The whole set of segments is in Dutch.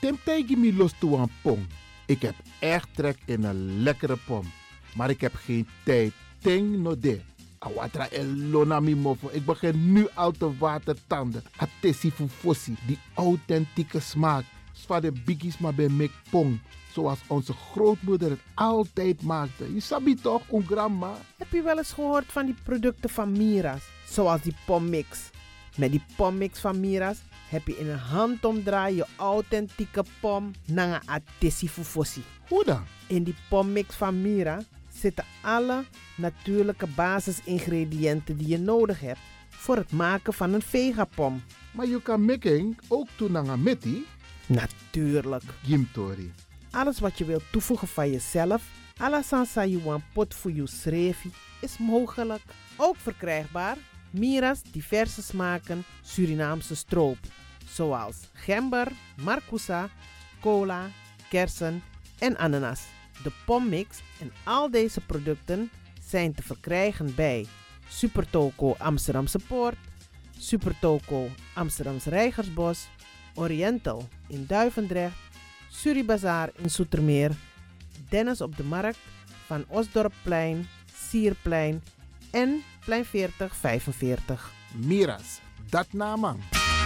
Simtegi mi los toe aan pom. Ik heb echt trek in een lekkere pom. Maar ik heb geen tijd. Ting no de. Awatra elona mi mofo. Ik begin nu al te watertanden. Atesi fufosi. Die authentieke smaak. Zwa de biggies maar bij mek pom. Zoals onze grootmoeder het altijd maakte. Je sabi toch, een grandma? Heb je wel eens gehoord van die producten van Mira's? Zoals die pommix. Met die pommix van Mira's heb je in een handomdraai je authentieke pom naar een atesi fufosi. Hoe dan? In die pommix van Mira zitten alle natuurlijke basisingrediënten die je nodig hebt voor het maken van een vegapom. Maar je kan making ook doen naar een meti? Natuurlijk. Gimtori. Alles wat je wilt toevoegen van jezelf, alla sansa yuan pot voor je schreefie, is mogelijk. Ook verkrijgbaar Mira's diverse smaken Surinaamse stroop. Zoals gember, marcousa, cola, kersen en ananas. De pommix en al deze producten zijn te verkrijgen bij Supertoco Amsterdamse Poort, Supertoco Amsterdamse Reigersbos, Oriental in Duivendrecht, Suribazaar in Zoetermeer, Dennis op de Markt, Van Osdorpplein, Sierplein en Plein 4045. Miras, dat naman.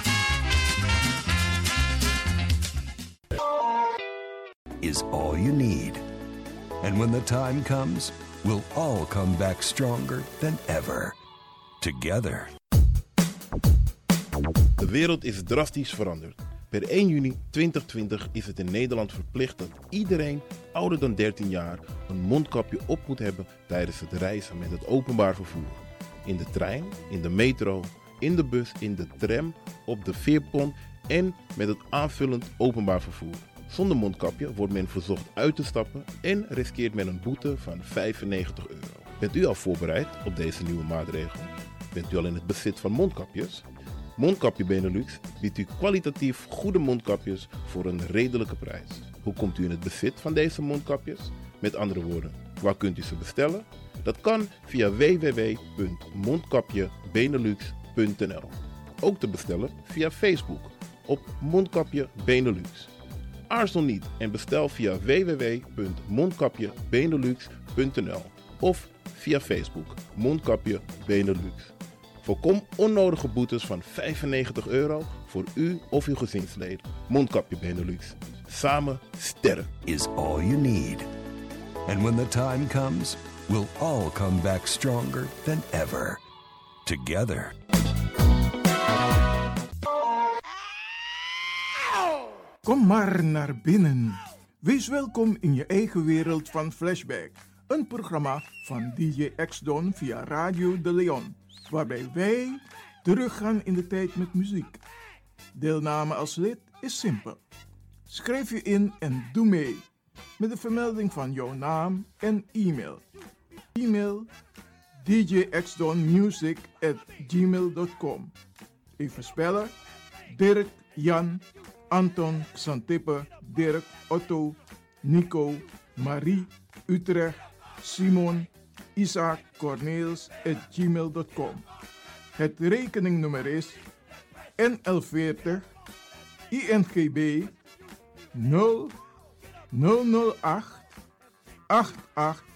Is all you need. And when the time comes, we'll all come back stronger than ever. Together. De wereld is drastisch veranderd. Per 1 juni 2020 is het in Nederland verplicht dat iedereen ouder dan 13 jaar een mondkapje op moet hebben tijdens het reizen met het openbaar vervoer. In de trein, in de metro, in de bus, in de tram, op de veerpont en met het aanvullend openbaar vervoer. Zonder mondkapje wordt men verzocht uit te stappen en riskeert men een boete van €95. Bent u al voorbereid op deze nieuwe maatregel? Bent u al in het bezit van mondkapjes? Mondkapje Benelux biedt u kwalitatief goede mondkapjes voor een redelijke prijs. Hoe komt u in het bezit van deze mondkapjes? Met andere woorden, waar kunt u ze bestellen? Dat kan via www.mondkapjebenelux.nl. Ook te bestellen via Facebook op Mondkapje Benelux. Aarzel niet en bestel via www.mondkapjebenelux.nl of via Facebook Mondkapje Benelux. Voorkom onnodige boetes van €95 voor u of uw gezinsleden. Mondkapje Benelux. Samen sterk. Is all you need. And when the time comes, we'll all come back stronger than ever. Together. Kom maar naar binnen. Wees welkom in je eigen wereld van Flashback. Een programma van DJ X-Don via Radio de Leon. Waarbij wij teruggaan in de tijd met muziek. Deelname als lid is simpel. Schrijf je in en doe mee. Met de vermelding van jouw naam en e-mail. E-mail djxdonmusic@gmail.com. Even spellen. Dirk, Jan, Anton, Xantippe, Dirk, Otto, Nico, Marie, Utrecht, Simon, Isaac, Corneels @gmail.com. Het rekeningnummer is NL40 INGB 0008 88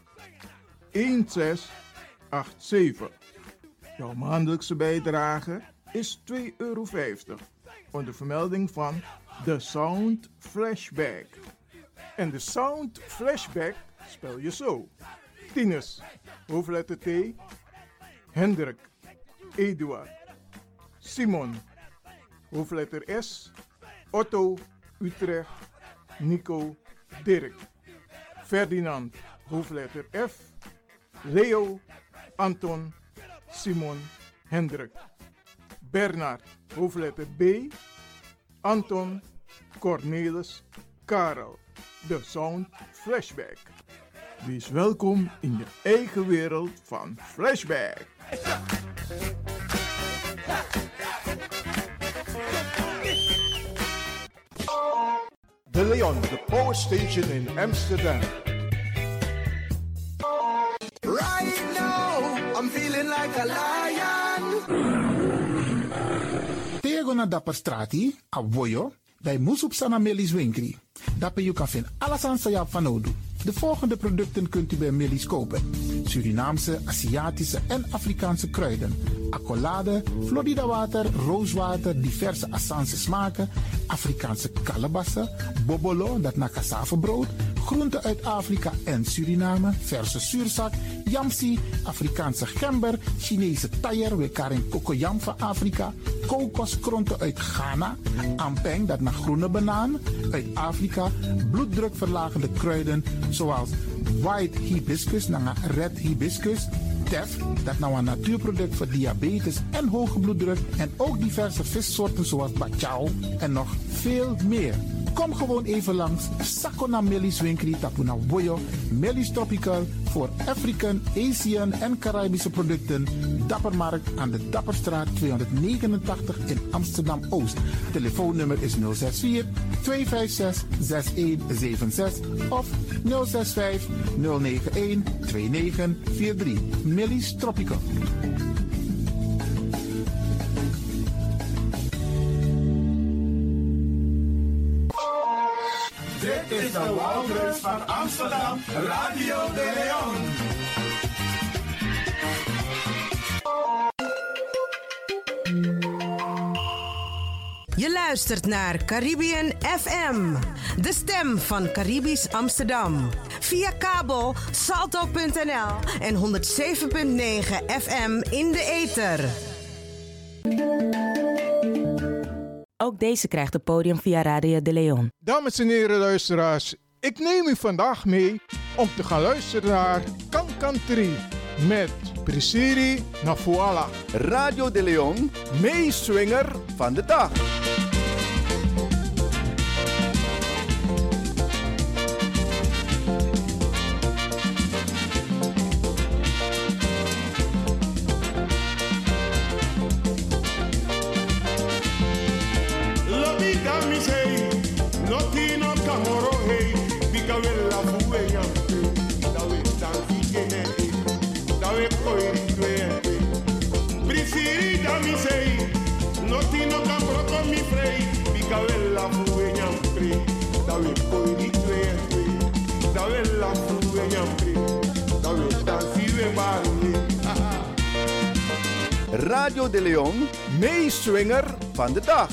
1687. Jouw maandelijkse bijdrage is €2,50 onder vermelding van The Sound Flashback. En de Sound Flashback spel je zo: Tinus, hoofdletter T, Hendrik, Eduard, Simon, hoofdletter S, Otto, Utrecht, Nico, Dirk, Ferdinand, hoofdletter F, Leo, Anton, Simon, Hendrik, Bernard, hoofdletter B, Anton, Cornelis, Karel. De Sound Flashback. Wees welkom in je eigen wereld van Flashback. De Leon, de power station in Amsterdam. Right now, I'm feeling like a lion. Tego na dapper strati, a voyo, bij Moesop Sana Melis Winkri. Daarbij je kan vinden alles aan Sayap van Odu. De volgende producten kunt u bij Melis kopen: Surinaamse, Aziatische en Afrikaanse kruiden, accolade, Florida water, rooswater, diverse Assange smaken, Afrikaanse kalebassen, bobolo, dat na cassavebrood, groenten uit Afrika en Suriname, verse zuurzak, yamsi, Afrikaanse gember, Chinese taier, wekaring kokoyam van Afrika, kokoskronten uit Ghana, ampeng, dat naar groene banaan uit Afrika, bloeddrukverlagende kruiden zoals white hibiscus, naar red hibiscus, tef, dat nou een natuurproduct voor diabetes en hoge bloeddruk, en ook diverse vissoorten zoals bachao en nog veel meer. Kom gewoon even langs Sakona Melis Winkri Tapuna Boyo, Melis Tropical voor African, Asian en Caribische producten. Dappermarkt aan de Dapperstraat 289 in Amsterdam Oost. Telefoonnummer is 064 256 6176 of 065 091 2943. Melis Tropical. Dit is de Wouders van Amsterdam, Radio de Leon. Je luistert naar Caribbean FM, de stem van Caribisch Amsterdam. Via kabel salto.nl en 107.9 FM in de ether. Ook deze krijgt het podium via Radio de Leon. Dames en heren luisteraars, ik neem u vandaag mee om te gaan luisteren naar Kankantri met Prisciri Nafuala. Radio de Leon, meeswinger van de dag. Radio de Leon, meeswinger van de dag.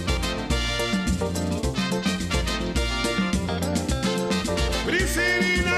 Priscilina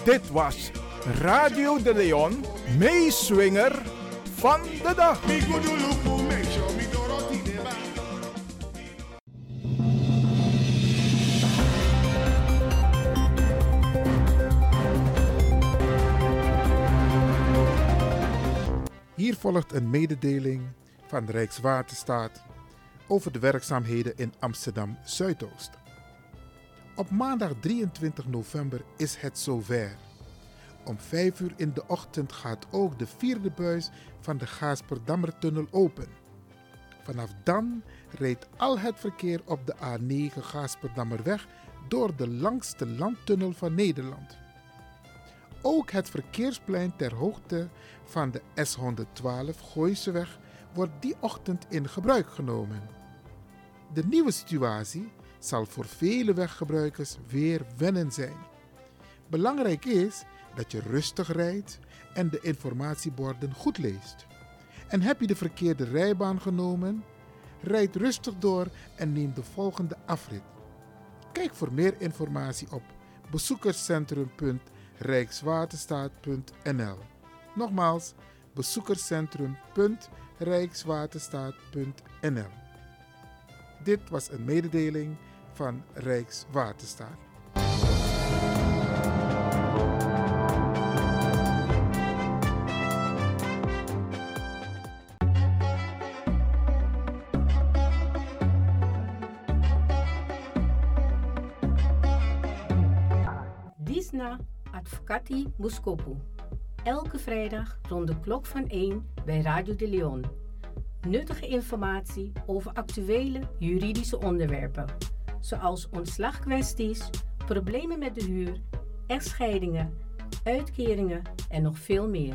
Dit was Radio de Leon, meeswinger van de dag. Hier volgt een mededeling van de Rijkswaterstaat over de werkzaamheden in Amsterdam Zuidoost. Op maandag 23 november is het zover. Om 5 uur in de ochtend gaat ook de 4e buis van de Gaasperdammertunnel open. Vanaf dan rijdt al het verkeer op de A9 Gaasperdammerweg door de langste landtunnel van Nederland. Ook het verkeersplein ter hoogte van de S112 Gooiseweg wordt die ochtend in gebruik genomen. De nieuwe situatie zal voor vele weggebruikers weer wennen zijn. Belangrijk is dat je rustig rijdt en de informatieborden goed leest. En heb je de verkeerde rijbaan genomen? Rijd rustig door en neem de volgende afrit. Kijk voor meer informatie op bezoekerscentrum.rijkswaterstaat.nl. Nogmaals, bezoekerscentrum.rijkswaterstaat.nl. Dit was een mededeling van Rijkswaterstaat. Disna Advocati Boskopu. Elke vrijdag rond de klok van 1 bij Radio de Leon. Nuttige informatie over actuele juridische onderwerpen, zoals ontslagkwesties, problemen met de huur, echtscheidingen, uitkeringen en nog veel meer.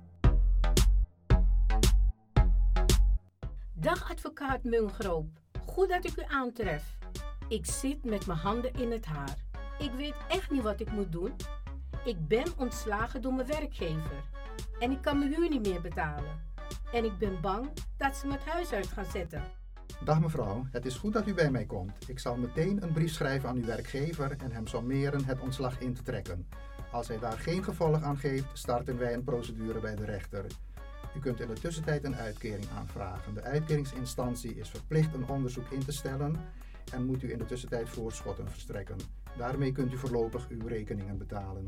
Dag advocaat Mungroop, goed dat ik u aantref. Ik zit met mijn handen in het haar. Ik weet echt niet wat ik moet doen. Ik ben ontslagen door mijn werkgever en ik kan mijn huur niet meer betalen. En ik ben bang dat ze me het huis uit gaan zetten. Dag mevrouw, het is goed dat u bij mij komt. Ik zal meteen een brief schrijven aan uw werkgever en hem sommeren het ontslag in te trekken. Als hij daar geen gevolg aan geeft, starten wij een procedure bij de rechter. U kunt in de tussentijd een uitkering aanvragen. De uitkeringsinstantie is verplicht een onderzoek in te stellen en moet u in de tussentijd voorschotten verstrekken. Daarmee kunt u voorlopig uw rekeningen betalen.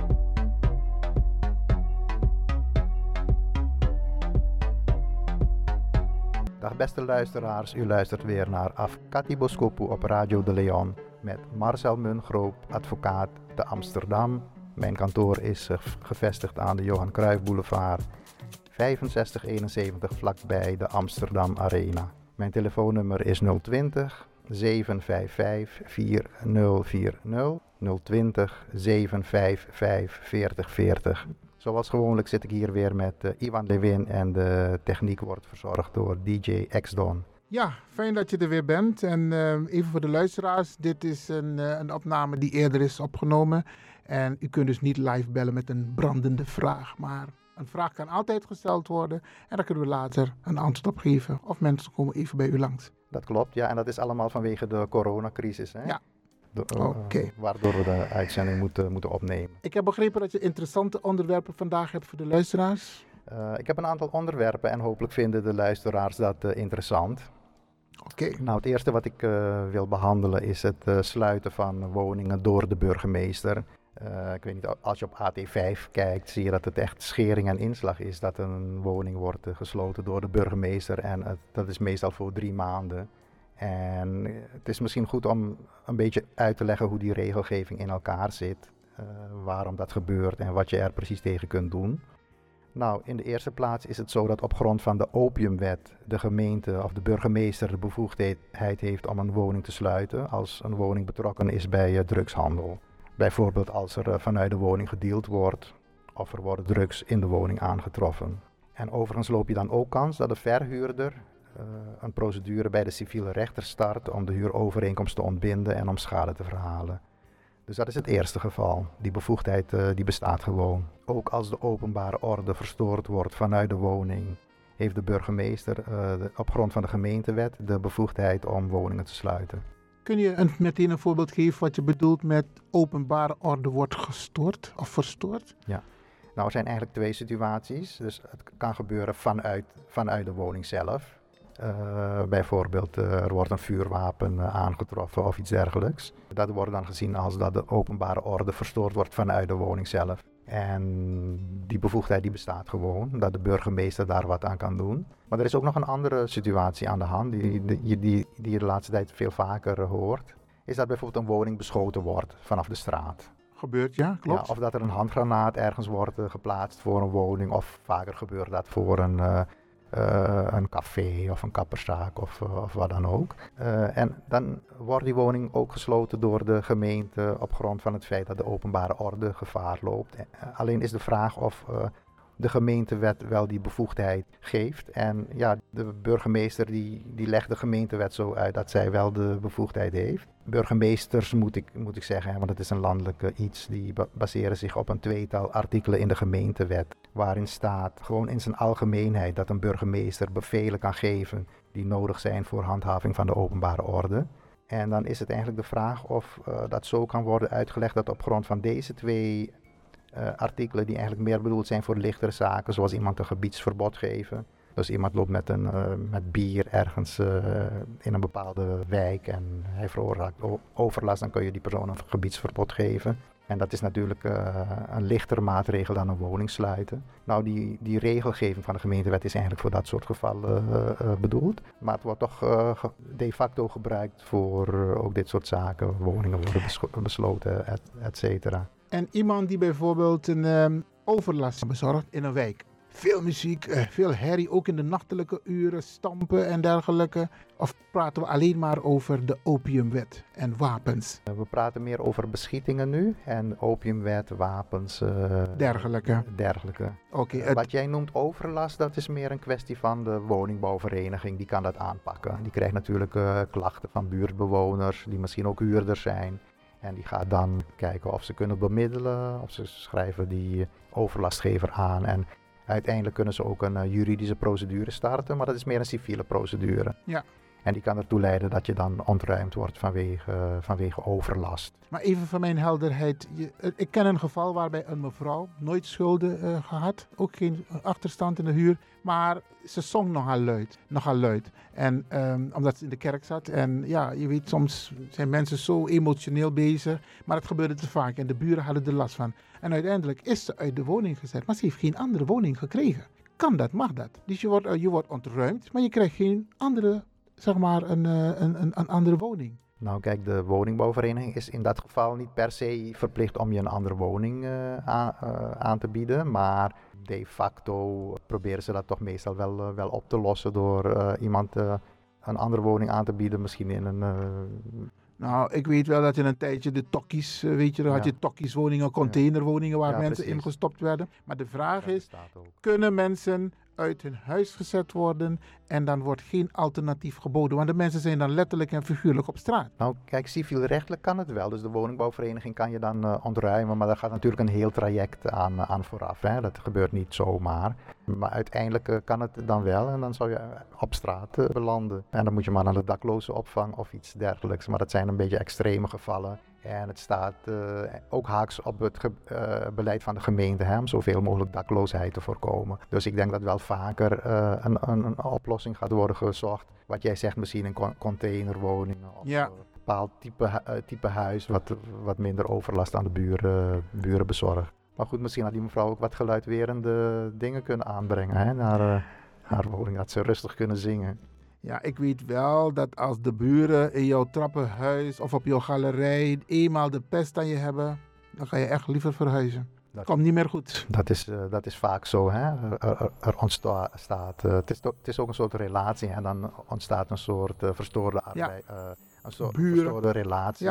Dag beste luisteraars, u luistert weer naar Advocati Boskopu op Radio de Leon met Marcel Mungroop, advocaat te Amsterdam. Mijn kantoor is gevestigd aan de Johan Cruijff Boulevard 6571 vlakbij de Amsterdam Arena. Mijn telefoonnummer is 020 755 4040 020 755 4040. Zoals gewoonlijk zit ik hier weer met Iwan Lewin en de techniek wordt verzorgd door DJ X-Don. Ja, fijn dat je er weer bent. En even voor de luisteraars, dit is een opname die eerder is opgenomen. En u kunt dus niet live bellen met een brandende vraag. Maar een vraag kan altijd gesteld worden en daar kunnen we later een antwoord op geven. Of mensen komen even bij u langs. Dat klopt, ja. En dat is allemaal vanwege de coronacrisis, hè? Ja. Waardoor we de uitzending moeten opnemen. Ik heb begrepen dat je interessante onderwerpen vandaag hebt voor de luisteraars. Ik heb een aantal onderwerpen en hopelijk vinden de luisteraars dat interessant. Oké. Nou, het eerste wat ik wil behandelen is het sluiten van woningen door de burgemeester. Ik weet niet, als je op AT5 kijkt, zie je dat het echt schering en inslag is dat een woning wordt gesloten door de burgemeester. En dat is meestal voor 3 maanden. En het is misschien goed om een beetje uit te leggen hoe die regelgeving in elkaar zit. Waarom dat gebeurt en wat je er precies tegen kunt doen. Nou, in de eerste plaats is het zo dat op grond van de opiumwet de gemeente of de burgemeester de bevoegdheid heeft om een woning te sluiten als een woning betrokken is bij drugshandel. Bijvoorbeeld als er vanuit de woning gedeeld wordt of er worden drugs in de woning aangetroffen. En overigens loop je dan ook kans dat de verhuurder een procedure bij de civiele rechter start om de huurovereenkomst te ontbinden en om schade te verhalen. Dus dat is het eerste geval. Die bevoegdheid die bestaat gewoon. Ook als de openbare orde verstoord wordt vanuit de woning, heeft de burgemeester op grond van de gemeentewet de bevoegdheid om woningen te sluiten. Kun je meteen een voorbeeld geven wat je bedoelt met openbare orde wordt gestoord of verstoord? Ja, nou er zijn eigenlijk 2 situaties. Dus het kan gebeuren vanuit de woning zelf. Bijvoorbeeld er wordt een vuurwapen aangetroffen of iets dergelijks. Dat wordt dan gezien als dat de openbare orde verstoord wordt vanuit de woning zelf. En die bevoegdheid die bestaat gewoon, dat de burgemeester daar wat aan kan doen. Maar er is ook nog een andere situatie aan de hand, die je de laatste tijd veel vaker hoort. Is dat bijvoorbeeld een woning beschoten wordt vanaf de straat. Gebeurt, ja, klopt. Ja, of dat er een handgranaat ergens wordt geplaatst voor een woning. Of vaker gebeurt dat voor een café of een kapperszaak of wat dan ook. En dan wordt die woning ook gesloten door de gemeente op grond van het feit dat de openbare orde gevaar loopt. Alleen is de vraag of de gemeentewet wel die bevoegdheid geeft. En ja, de burgemeester die legt de gemeentewet zo uit dat zij wel de bevoegdheid heeft. Burgemeesters moet ik zeggen, want het is een landelijke iets, die baseren zich op een 2-tal artikelen in de gemeentewet. Waarin staat gewoon in zijn algemeenheid dat een burgemeester bevelen kan geven die nodig zijn voor handhaving van de openbare orde. En dan is het eigenlijk de vraag of dat zo kan worden uitgelegd dat op grond van deze 2 artikelen die eigenlijk meer bedoeld zijn voor lichtere zaken, zoals iemand een gebiedsverbod geven. Dus iemand loopt met bier ergens in een bepaalde wijk en hij veroorzaakt overlast, dan kun je die persoon een gebiedsverbod geven. En dat is natuurlijk een lichtere maatregel dan een woning sluiten. Nou, die regelgeving van de gemeentewet is eigenlijk voor dat soort gevallen bedoeld. Maar het wordt toch de facto gebruikt voor ook dit soort zaken. Woningen worden besloten, et cetera. En iemand die bijvoorbeeld een overlast bezorgt in een wijk. Veel muziek, veel herrie, ook in de nachtelijke uren, stampen en dergelijke. Of praten we alleen maar over de opiumwet en wapens? We praten meer over beschietingen nu en opiumwet, wapens, dergelijke. Okay, wat jij noemt overlast, dat is meer een kwestie van de woningbouwvereniging. Die kan dat aanpakken. Die krijgt natuurlijk klachten van buurtbewoners, die misschien ook huurders zijn. En die gaat dan kijken of ze kunnen bemiddelen, of ze schrijven die overlastgever aan. En uiteindelijk kunnen ze ook een juridische procedure starten, maar dat is meer een civiele procedure. Ja. En die kan ertoe leiden dat je dan ontruimd wordt vanwege overlast. Maar even van mijn helderheid. Ik ken een geval waarbij een mevrouw nooit schulden gehad. Ook geen achterstand in de huur. Maar ze zong nogal luid. En omdat ze in de kerk zat. En ja, je weet, soms zijn mensen zo emotioneel bezig. Maar het gebeurde te vaak. En de buren hadden er last van. En uiteindelijk is ze uit de woning gezet. Maar ze heeft geen andere woning gekregen. Kan dat? Mag dat? Dus je wordt ontruimd. Maar je krijgt geen andere, zeg maar, een andere woning. Nou kijk, de woningbouwvereniging is in dat geval niet per se verplicht om je een andere woning aan te bieden. Maar de facto proberen ze dat toch meestal wel op te lossen door iemand een andere woning aan te bieden. Misschien in een... Nou, ik weet wel dat in een tijdje de tokkies, weet je, dan had je tokkieswoningen, containerwoningen waar mensen ingestopt werden. Maar de vraag is, kunnen mensen uit hun huis gezet worden en dan wordt geen alternatief geboden? Want de mensen zijn dan letterlijk en figuurlijk op straat. Nou, kijk, civielrechtelijk kan het wel. Dus de woningbouwvereniging kan je dan ontruimen, maar daar gaat natuurlijk een heel traject aan vooraf. Hè. Dat gebeurt niet zomaar. Maar uiteindelijk kan het dan wel en dan zou je op straat belanden. En dan moet je maar naar de daklozenopvang of iets dergelijks. Maar dat zijn een beetje extreme gevallen. En het staat ook haaks op het beleid van de gemeente, hè, om zoveel mogelijk dakloosheid te voorkomen. Dus ik denk dat wel vaker een oplossing gaat worden gezocht. Wat jij zegt, misschien in containerwoningen of een bepaald type huis wat minder overlast aan de buren bezorgt. Maar goed, misschien had die mevrouw ook wat geluidwerende dingen kunnen aanbrengen, hè, naar haar woning, dat ze rustig kunnen zingen. Ja, ik weet wel dat als de buren in jouw trappenhuis of op jouw galerij eenmaal de pest aan je hebben, dan ga je echt liever verhuizen. Dat komt niet meer goed. Dat is vaak zo, hè. Er ontstaat, het is ook een soort relatie en dan ontstaat een soort verstoorde arbeid. Een soort verstoorde relatie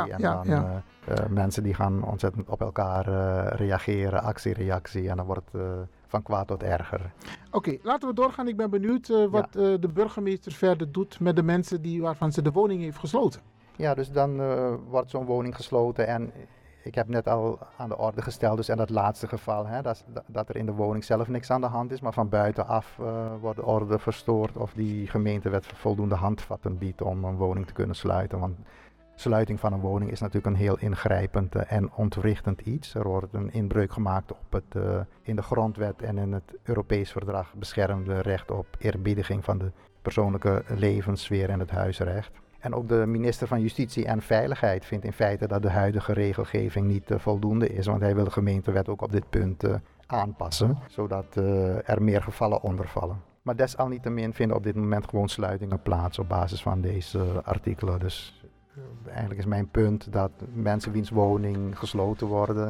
mensen die gaan ontzettend op elkaar reageren, actie-reactie en dan wordt het van kwaad tot erger. Oké, laten we doorgaan. Ik ben benieuwd wat de burgemeester verder doet met de mensen waarvan ze de woning heeft gesloten. Ja, dus dan wordt zo'n woning gesloten en ik heb net al aan de orde gesteld, dus in dat laatste geval, hè, dat er in de woning zelf niks aan de hand is, maar van buitenaf wordt de orde verstoord of die gemeentewet voldoende handvatten biedt om een woning te kunnen sluiten. Want Sluiting van een woning is natuurlijk een heel ingrijpend en ontwrichtend iets. Er wordt een inbreuk gemaakt op het in de grondwet en in het Europees verdrag beschermde recht op eerbiediging van de persoonlijke levenssfeer en het huisrecht. En ook de minister van Justitie en Veiligheid vindt in feite dat de huidige regelgeving niet voldoende is, want hij wil de gemeentewet ook op dit punt aanpassen, zodat er meer gevallen onder vallen. Maar desalniettemin vinden op dit moment gewoon sluitingen plaats op basis van deze artikelen. Dus eigenlijk is mijn punt dat mensen wiens woning gesloten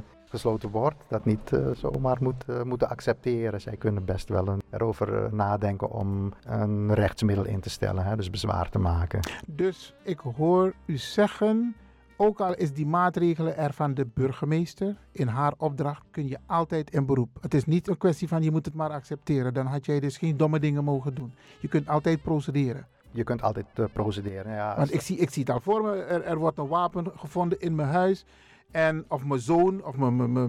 wordt, dat niet zomaar moeten accepteren. Zij kunnen best wel erover nadenken om een rechtsmiddel in te stellen, hè, dus bezwaar te maken. Dus ik hoor u zeggen, ook al is die maatregelen er van de burgemeester, in haar opdracht kun je altijd in beroep. Het is niet een kwestie van je moet het maar accepteren, dan had jij dus geen domme dingen mogen doen. Je kunt altijd procederen. Je kunt altijd procederen, ja. Want ik zie het al voor me, er wordt een wapen gevonden in mijn huis. En of mijn zoon, of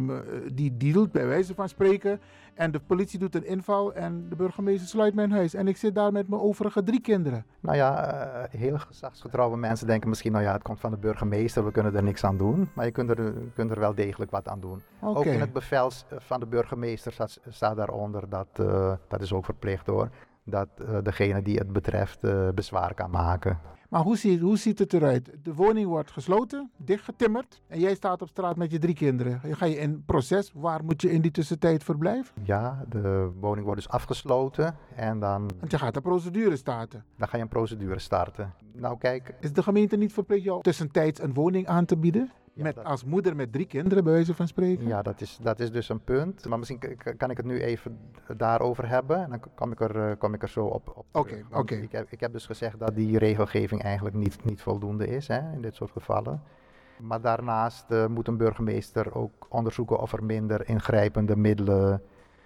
die dealt bij wijze van spreken. En de politie doet een inval en de burgemeester sluit mijn huis. En ik zit daar met mijn overige 3 kinderen. Nou ja, heel gezagsgetrouwe mensen denken misschien, nou ja, het komt van de burgemeester, we kunnen er niks aan doen. Maar je kunt er wel degelijk wat aan doen. Okay. Ook in het bevel van de burgemeester staat daaronder, dat is ook verplicht hoor, dat degene die het betreft bezwaar kan maken. Maar hoe ziet het eruit? De woning wordt gesloten, dichtgetimmerd en jij staat op straat met je 3 kinderen. Ga je in proces, waar moet je in die tussentijd verblijven? Ja, de woning wordt dus afgesloten en dan... Want je gaat een procedure starten. Dan ga je een procedure starten. Nou kijk... Is de gemeente niet verplicht jou tussentijds een woning aan te bieden? Ja, als moeder met 3 kinderen, bij wijze van spreken? Ja, dat is dus een punt. Maar misschien kan ik het nu even daarover hebben. En dan kom ik er zo op terug. Oké. Ik heb dus gezegd dat die regelgeving eigenlijk niet voldoende is, hè, in dit soort gevallen. Maar daarnaast moet een burgemeester ook onderzoeken of er minder ingrijpende middelen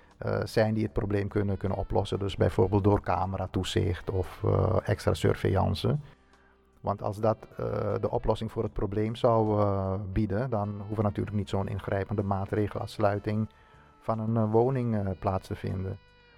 zijn die het probleem kunnen oplossen. Dus bijvoorbeeld door cameratoezicht of extra surveillance. Want als dat de oplossing voor het probleem zou bieden, dan hoeven natuurlijk niet zo'n ingrijpende maatregel als sluiting van een woning plaats te vinden.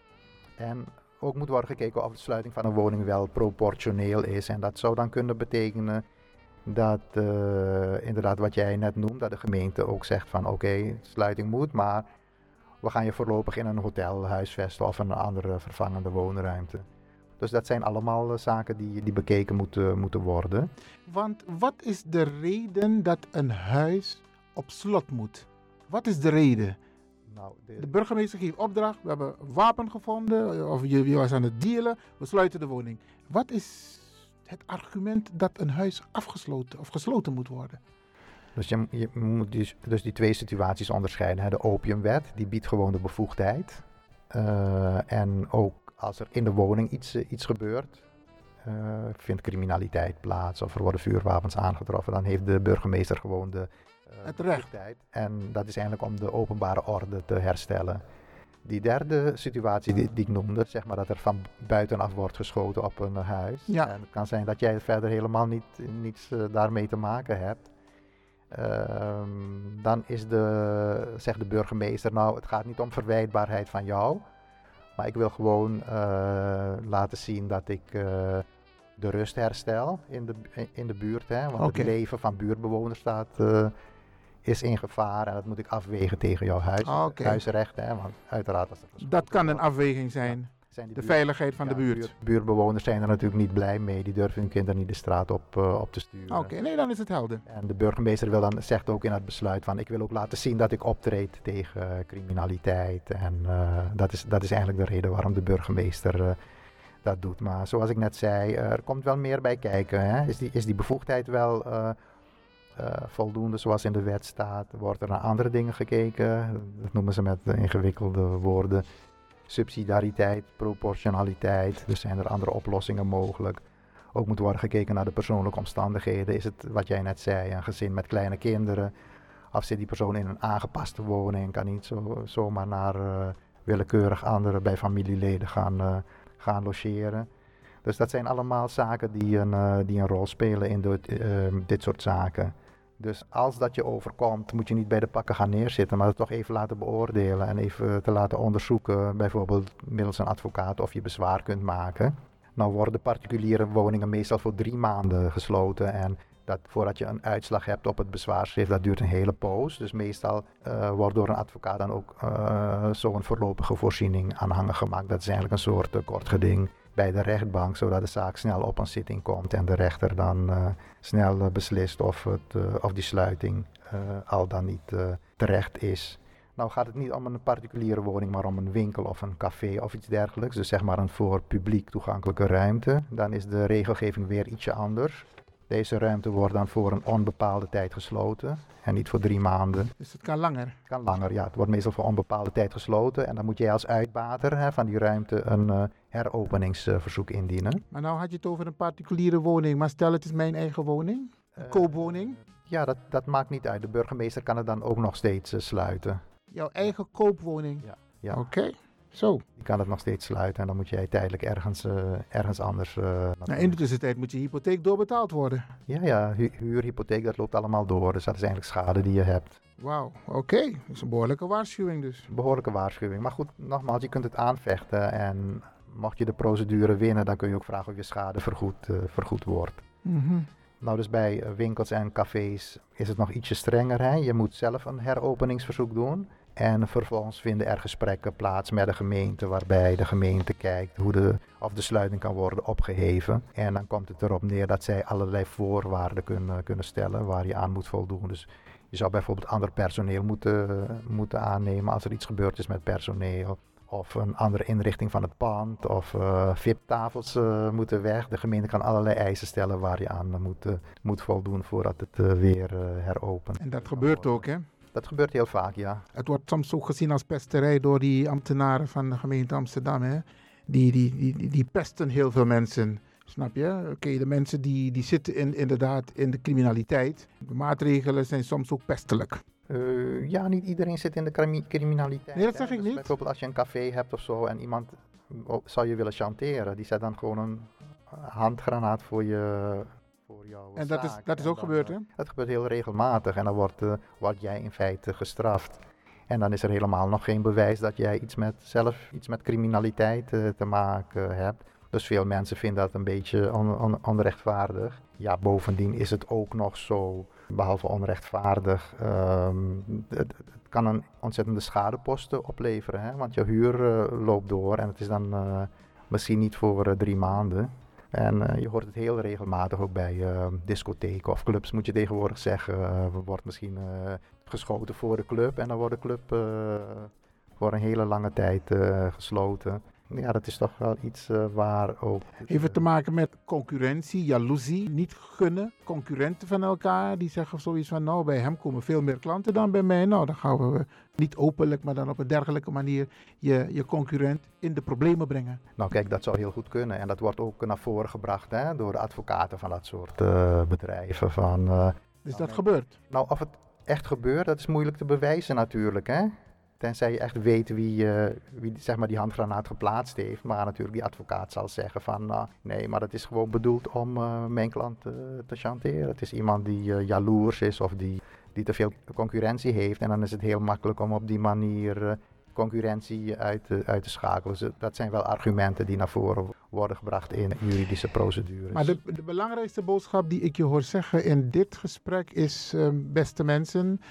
En ook moet worden gekeken of de sluiting van een woning wel proportioneel is. En dat zou dan kunnen betekenen dat inderdaad wat jij net noemt, dat de gemeente ook zegt van oké, sluiting moet, maar we gaan je voorlopig in een hotel huisvesten of een andere vervangende woonruimte. Dus dat zijn allemaal zaken die bekeken moeten worden. Want wat is de reden dat een huis op slot moet? Wat is de reden? Nou, de burgemeester geeft opdracht, we hebben een wapen gevonden, of je was aan het dealen, we sluiten de woning. Wat is het argument dat een huis afgesloten of gesloten moet worden? Dus je moet dus die 2 situaties onderscheiden. Hè. De opiumwet, die biedt gewoon de bevoegdheid. En ook als er in de woning iets gebeurt, vindt criminaliteit plaats of er worden vuurwapens aangetroffen, dan heeft de burgemeester gewoon het recht. En dat is eigenlijk om de openbare orde te herstellen. Die derde situatie die ik noemde, zeg maar dat er van buitenaf wordt geschoten op een huis. Ja. En het kan zijn dat jij verder helemaal niets daarmee te maken hebt. Dan zegt de burgemeester, nou het gaat niet om verwijtbaarheid van jou. Maar ik wil gewoon laten zien dat ik de rust herstel in de buurt. Hè? Want het leven van buurtbewoners is in gevaar. En dat moet ik afwegen tegen jouw huisrecht. Hè? Want uiteraard als dat kan een afweging zijn. De veiligheid van de buurt. Buurtbewoners zijn er natuurlijk niet blij mee. Die durven hun kinderen niet de straat op te sturen. Oké, nee, dan is het helder. En de burgemeester zegt ook in het besluit van ik wil ook laten zien dat ik optreed tegen criminaliteit. En dat is eigenlijk de reden waarom de burgemeester dat doet. Maar zoals ik net zei, er komt wel meer bij kijken. Hè? Is die bevoegdheid wel voldoende zoals in de wet staat? Wordt er naar andere dingen gekeken? Dat noemen ze met ingewikkelde woorden. Subsidiariteit, proportionaliteit, dus zijn er andere oplossingen mogelijk. Ook moet worden gekeken naar de persoonlijke omstandigheden. Is het, wat jij net zei, een gezin met kleine kinderen? Of zit die persoon in een aangepaste woning? Kan niet zomaar naar willekeurig anderen bij familieleden gaan logeren. Dus dat zijn allemaal zaken die een rol spelen in dit soort zaken. Dus als dat je overkomt, moet je niet bij de pakken gaan neerzitten, maar het toch even laten beoordelen en even te laten onderzoeken, bijvoorbeeld middels een advocaat, of je bezwaar kunt maken. Nou worden particuliere woningen meestal voor 3 maanden gesloten en voordat je een uitslag hebt op het bezwaarschrift, dat duurt een hele poos. Dus meestal wordt door een advocaat dan ook zo'n voorlopige voorziening aanhangig gemaakt. Dat is eigenlijk een soort kortgeding bij de rechtbank, zodat de zaak snel op een zitting komt en de rechter dan snel beslist of die sluiting al dan niet terecht is. Nou gaat het niet om een particuliere woning, maar om een winkel of een café of iets dergelijks. Dus zeg maar een voor publiek toegankelijke ruimte. Dan is de regelgeving weer ietsje anders. Deze ruimte wordt dan voor een onbepaalde tijd gesloten en niet voor 3 maanden. Dus het kan langer? Het kan langer, ja. Het wordt meestal voor onbepaalde tijd gesloten. En dan moet jij als uitbater van die ruimte een heropeningsverzoek indienen. Maar nou had je het over een particuliere woning. Maar stel het is mijn eigen woning, een koopwoning. Ja, dat maakt niet uit. De burgemeester kan het dan ook nog steeds sluiten. Jouw eigen koopwoning? Ja. Oké, zo. Die kan het nog steeds sluiten en dan moet jij tijdelijk ergens anders... in de tussentijd moet je hypotheek doorbetaald worden. Ja, huur, hypotheek, dat loopt allemaal door. Dus dat is eigenlijk schade die je hebt. Wauw, oké. Dat is een behoorlijke waarschuwing dus. Behoorlijke waarschuwing. Maar goed, nogmaals, je kunt het aanvechten en mocht je de procedure winnen, dan kun je ook vragen of je schade vergoed wordt. Mm-hmm. Nou, dus bij winkels en cafés is het nog ietsje strenger. Hè? Je moet zelf een heropeningsverzoek doen. En vervolgens vinden er gesprekken plaats met de gemeente, waarbij de gemeente kijkt of de sluiting kan worden opgeheven. En dan komt het erop neer dat zij allerlei voorwaarden kunnen stellen waar je aan moet voldoen. Dus je zou bijvoorbeeld ander personeel moeten aannemen als er iets gebeurd is met personeel. Of een andere inrichting van het pand, of VIP-tafels moeten weg. De gemeente kan allerlei eisen stellen waar je aan moet voldoen voordat het weer heropent. En dat gebeurt ook, hè? Dat gebeurt heel vaak, ja. Het wordt soms ook gezien als pesterij door die ambtenaren van de gemeente Amsterdam, hè? Die pesten heel veel mensen, snap je? Oké, de mensen die zitten inderdaad in de criminaliteit. De maatregelen zijn soms ook pestelijk. Ja, niet iedereen zit in de criminaliteit. Nee, dat zeg ik dus niet. Bijvoorbeeld als je een café hebt of zo en iemand zou je willen chanteren, die zet dan gewoon een handgranaat voor jouw en zaak. dat is ook gebeurd, hè? Dat gebeurt heel regelmatig en dan word jij in feite gestraft. En dan is er helemaal nog geen bewijs dat jij iets met criminaliteit te maken hebt. Dus veel mensen vinden dat een beetje onrechtvaardig. Ja, bovendien is het ook nog zo, behalve onrechtvaardig, het kan een ontzettende schadeposten opleveren. Hè? Want je huur loopt door en het is dan misschien niet voor 3 maanden. En je hoort het heel regelmatig ook bij discotheken of clubs, moet je tegenwoordig zeggen. Wordt misschien geschoten voor de club en dan wordt de club voor een hele lange tijd gesloten. Ja, dat is toch wel iets waar ook... Heeft het te maken met concurrentie, jaloezie, niet gunnen, concurrenten van elkaar die zeggen zoiets van, nou, bij hem komen veel meer klanten dan bij mij. Nou, dan gaan we niet openlijk, maar dan op een dergelijke manier je concurrent in de problemen brengen. Nou kijk, dat zou heel goed kunnen en dat wordt ook naar voren gebracht door de advocaten van dat soort bedrijven. Dus dat gebeurt? Nou, of het echt gebeurt, dat is moeilijk te bewijzen natuurlijk, hè. Tenzij je echt weet wie zeg maar die handgranaat geplaatst heeft. Maar natuurlijk die advocaat zal zeggen van nee, maar dat is gewoon bedoeld om mijn klant te chanteren. Het is iemand die jaloers is of die te veel concurrentie heeft. En dan is het heel makkelijk om op die manier concurrentie uit te schakelen. Dus dat zijn wel argumenten die naar voren worden gebracht in juridische procedures. Maar de belangrijkste boodschap die ik je hoor zeggen in dit gesprek is, beste mensen...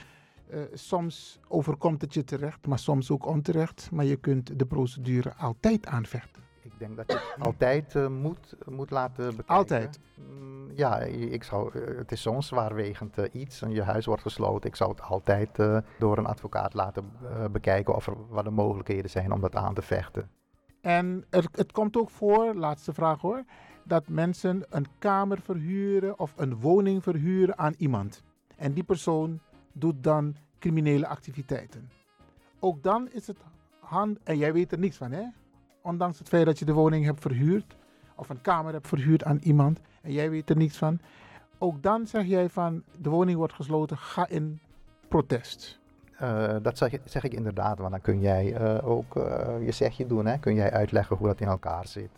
soms overkomt het je terecht, maar soms ook onterecht. Maar je kunt de procedure altijd aanvechten. Ik denk dat je het altijd moet laten bekijken. Altijd? Ja, het is zo'n zwaarwegend iets en je huis wordt gesloten. Ik zou het altijd door een advocaat laten bekijken of er wat de mogelijkheden zijn om dat aan te vechten. En het komt ook voor, laatste vraag hoor, dat mensen een kamer verhuren of een woning verhuren aan iemand. En die persoon doet dan criminele activiteiten. Ook dan is het en jij weet er niets van, hè? Ondanks het feit dat je de woning hebt verhuurd of een kamer hebt verhuurd aan iemand en jij weet er niets van. Ook dan zeg jij van de woning wordt gesloten, ga in protest. Dat zeg ik inderdaad, want dan kun jij ook je zegje doen, hè? Kun jij uitleggen hoe dat in elkaar zit.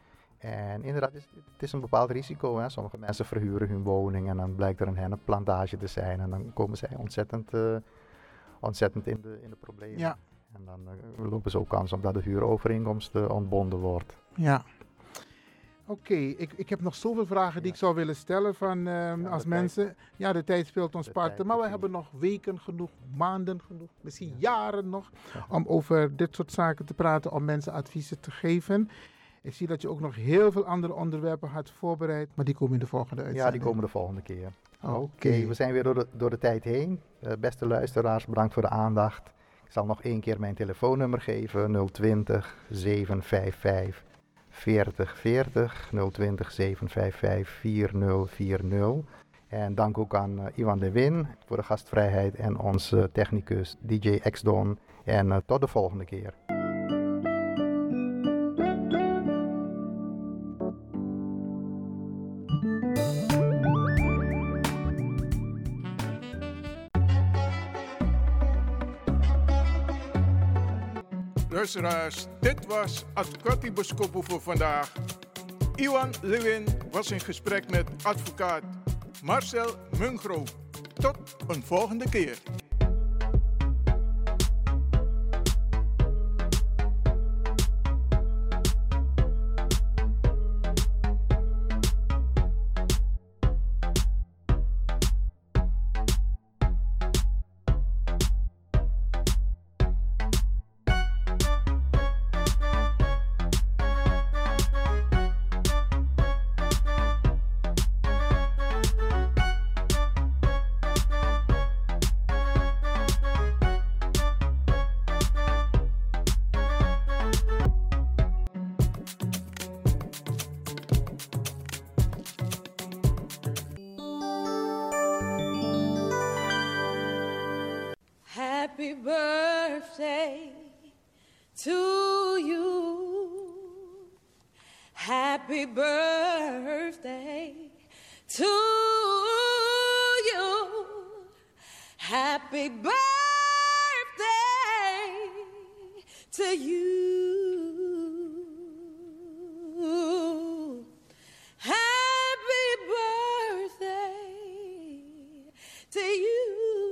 En inderdaad, het is een bepaald risico. Hè? Sommige mensen verhuren hun woning en dan blijkt er een hennepplantage te zijn. En dan komen zij ontzettend in de problemen. Ja. En dan lopen ze ook kans op dat de huurovereenkomst ontbonden wordt. Ja. Oké, ik heb nog zoveel vragen die ik zou willen stellen van als mensen. Ja, de tijd speelt ons parten, maar we hebben nog weken genoeg, maanden genoeg, misschien jaren nog, om over dit soort zaken te praten, om mensen adviezen te geven. Ik zie dat je ook nog heel veel andere onderwerpen had voorbereid, maar die komen in de volgende uitzending. Ja, die komen de volgende keer. Oké. We zijn weer door de tijd heen. Beste luisteraars, bedankt voor de aandacht. Ik zal nog 1 keer mijn telefoonnummer geven. 020 755 4040. 020 755 4040. En dank ook aan Iwan de Win voor de gastvrijheid en onze technicus DJ X-Don. En tot de volgende keer. Luisteraars, dit was Advocati Boskopo voor vandaag. Iwan Lewin was in gesprek met advocaat Marcel Mungro. Tot een volgende keer. Happy birthday to you. Happy birthday to you. Happy birthday to you. Happy birthday to you.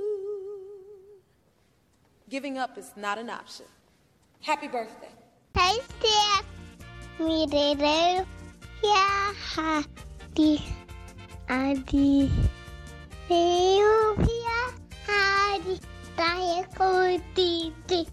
Giving up is not an option. Happy birthday. Hey, Steph. Me de ja, hadi, adi. Ja, hadi. Tayo ko titi.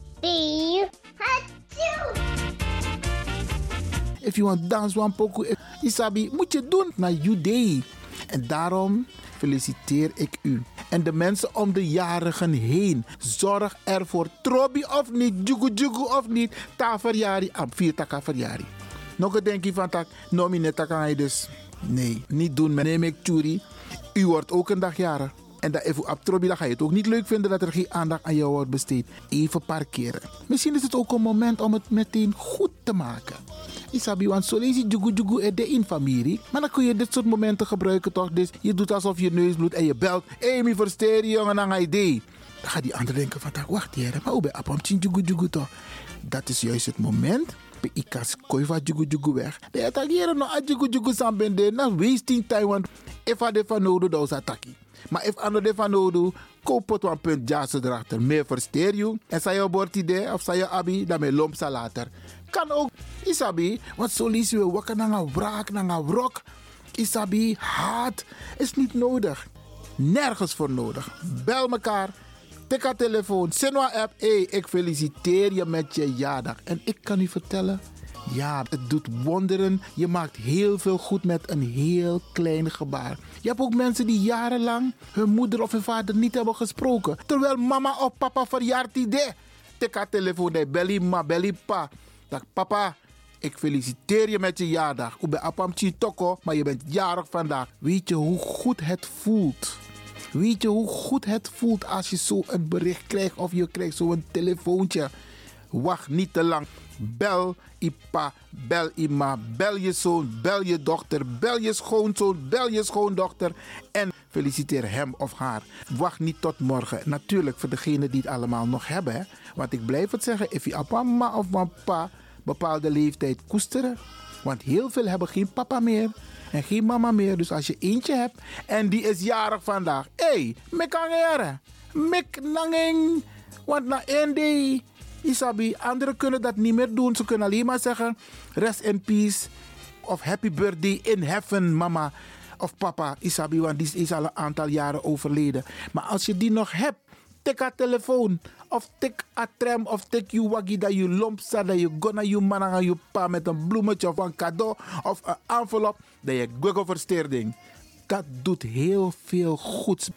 If you want dance one pokoe, Isabi, moet je doen naar you day. En daarom feliciteer ik u. En de mensen om de jarigen heen. Zorg ervoor. Trobi of niet, jugu jugu of niet. Ta verjari, ab 4 taka verjari. Nog een denkje van tak, nomineta kan je dus. Nee, niet doen. Neem ik churi. U wordt ook een dag jarig. En dat even op trobi, dan ga je het ook niet leuk vinden dat er geen aandacht aan jou wordt besteed. Even parkeren. Misschien is het ook een moment om het meteen goed te maken. Isabi, want zo lees je jugu jugu in familie. Maar dan kun je dit soort momenten gebruiken toch. Dus je doet alsof je neus bloedt en je belt. Hé, mi versteer je jongen, dan ga je idee. Dan gaat die ander denken van, wacht hier, maar hoe ben je op jugu jugu toch? Dat is juist het moment. Ik kan koiva jugu jugu weg. De attackeren nog a jugu jugu sambende. Na wasting time, want if I van nodig, dan is attackie. Maar if I de van nodig, koop het een punt jazz erachter. Meer versteer je. En zei je bord idee of zei je abi, dan met lomp later. Kan ook, Isabi, want zo lezen we wakker naar een wraak, naar een wrok. Isabi, haat is niet nodig. Nergens voor nodig. Bel elkaar, tik haar telefoon, zend een app. Hey, ik feliciteer je met je jaardag. En ik kan u vertellen, ja, het doet wonderen. Je maakt heel veel goed met een heel klein gebaar. Je hebt ook mensen die jarenlang hun moeder of hun vader niet hebben gesproken. Terwijl mama of papa verjaart idee. Tik haar telefoon, belly ma, belly pa. Dag papa, ik feliciteer je met je jaardag. Ik ben apamchi toko, maar je bent jarig vandaag. Weet je hoe goed het voelt? Weet je hoe goed het voelt als je zo een bericht krijgt of je krijgt zo'n telefoontje? Wacht niet te lang. Bel Ipa, bel Ima, bel je zoon, bel je dochter, bel je schoonzoon, bel je schoondochter en feliciteer hem of haar. Wacht niet tot morgen. Natuurlijk voor degenen die het allemaal nog hebben. Hè? Want ik blijf het zeggen, if je papa of papa bepaalde leeftijd koesteren. Want heel veel hebben geen papa meer en geen mama meer. Dus als je eentje hebt en die is jarig vandaag. Hé, mek angere, mek nangeng, want na één day... Isabi, anderen kunnen dat niet meer doen. Ze kunnen alleen maar zeggen, rest in peace. of happy birthday in heaven, mama of papa Isabi, want die is al een aantal jaren overleden. Maar als je die nog hebt, tik haar telefoon. Of tik a tram, of tik je waggie dat je lompsa, dat je gonna je man aan je pa met een bloemetje of een cadeau of een envelop, dat je Google versteerding. Dat doet heel veel goeds.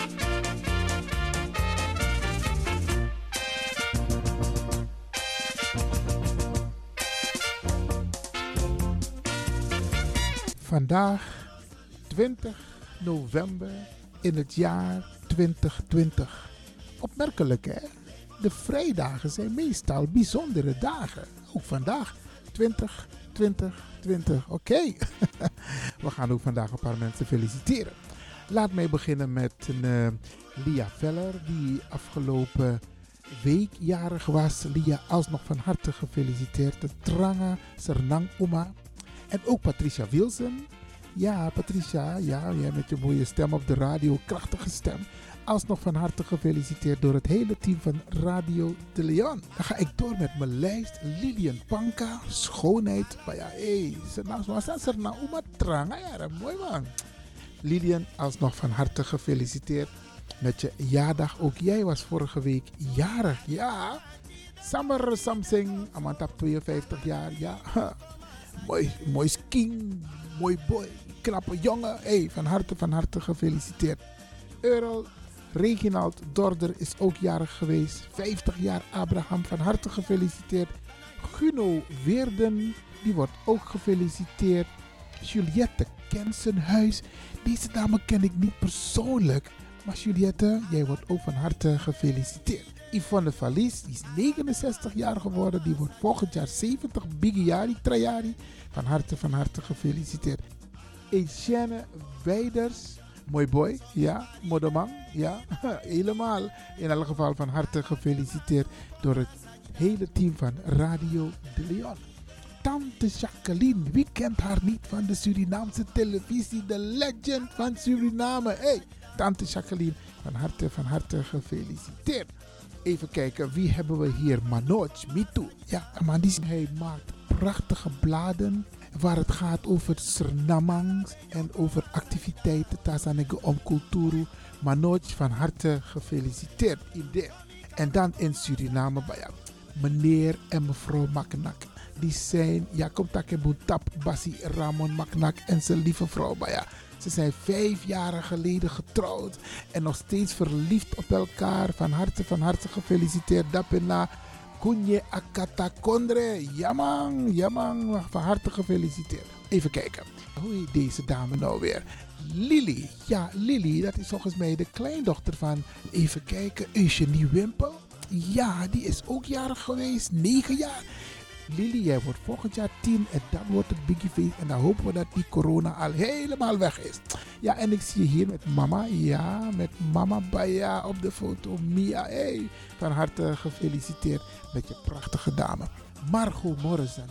Vandaag 20 november in het jaar 2020. Opmerkelijk hè? De vrijdagen zijn meestal bijzondere dagen. Ook vandaag 20. Oké. We gaan ook vandaag een paar mensen feliciteren. Laat mij beginnen met Lia Veller, die afgelopen week jarig was. Lia, alsnog van harte gefeliciteerd. De Tranga Sernang Uma. En ook Patricia Wilson. Ja, Patricia, ja, jij met je mooie stem op de radio, krachtige stem. Alsnog van harte gefeliciteerd door het hele team van Radio de Leon. Dan ga ik door met mijn lijst. Lilian Panka, schoonheid. Maar ja, hé, Sernang Uma Tranga. Ja, mooi man. Lilian, alsnog van harte gefeliciteerd met je jaardag. Ook jij was vorige week jarig. Ja, Samar Samsing, Amanta 52 jaar. Ja, mooi skin, mooi boy, knappe jongen. Hey, van harte gefeliciteerd. Earl Reginald Dorder is ook jarig geweest. 50 jaar Abraham, van harte gefeliciteerd. Guno Weerden, die wordt ook gefeliciteerd. Juliette Kensenhuis, deze dame ken ik niet persoonlijk. Maar Juliette, jij wordt ook van harte gefeliciteerd. Yvonne Valies, die is 69 jaar geworden. Die wordt volgend jaar 70. Bigiari, Trajari. Van harte gefeliciteerd. Etienne Weiders. Mooi boy. Ja, modeman. Ja, helemaal. In elk geval van harte gefeliciteerd door het hele team van Radio de Leon. Tante Jacqueline, wie kent haar niet van de Surinaamse televisie? De legend van Suriname. Hey, Tante Jacqueline, van harte gefeliciteerd. Even kijken, wie hebben we hier? Manoj Mitu. Ja, man, hij maakt prachtige bladen waar het gaat over Sernamang en over activiteiten. Tasanege om cultuur. Manoj, van harte gefeliciteerd. En dan in Suriname, ja, meneer en mevrouw Maknak. Die zijn, ja, komt Takebutap, Basi Ramon Maknak en zijn lieve vrouw. Maar ja, ze zijn 5 jaar geleden getrouwd en nog steeds verliefd op elkaar. Van harte gefeliciteerd. Dapena Kunje Akata Kondre. Jamang, van harte gefeliciteerd. Even kijken, hoe heet deze dame nou weer? Lily. Ja, Lily, dat is volgens mij de kleindochter van, even kijken, Eugenie Wimpel. Ja, die is ook jarig geweest, 9 jaar. Lily, jij wordt volgend jaar 10 en dan wordt het Biggie Feest. En dan hopen we dat die corona al helemaal weg is. Ja, en ik zie je hier met mama. Ja, met mama Baya op de foto. Mia, hey, van harte gefeliciteerd met je prachtige dame. Margot Morrison,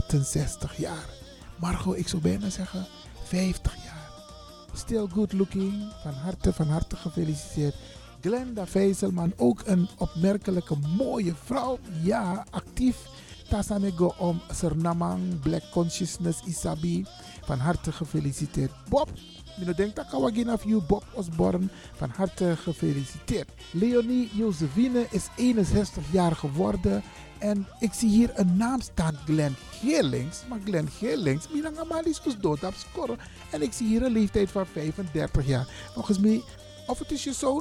68 jaar. Margot, ik zou bijna zeggen 50 jaar. Still good looking, van harte gefeliciteerd. Glenda Vijzelman, ook een opmerkelijke mooie vrouw. Ja, actief. Tasanego om Sernamang, Black Consciousness, Isabi. Van harte gefeliciteerd. Bob, ik denk dat ik af you, Bob Osborne. Van harte gefeliciteerd. Leonie Josephine is 61 jaar geworden. En ik zie hier een naam staan, Glenn Geerlings. Maar Glenn Geerlings, is dood op scoren. En ik zie hier een leeftijd van 35 jaar. Volgens mij, of het is je zoon,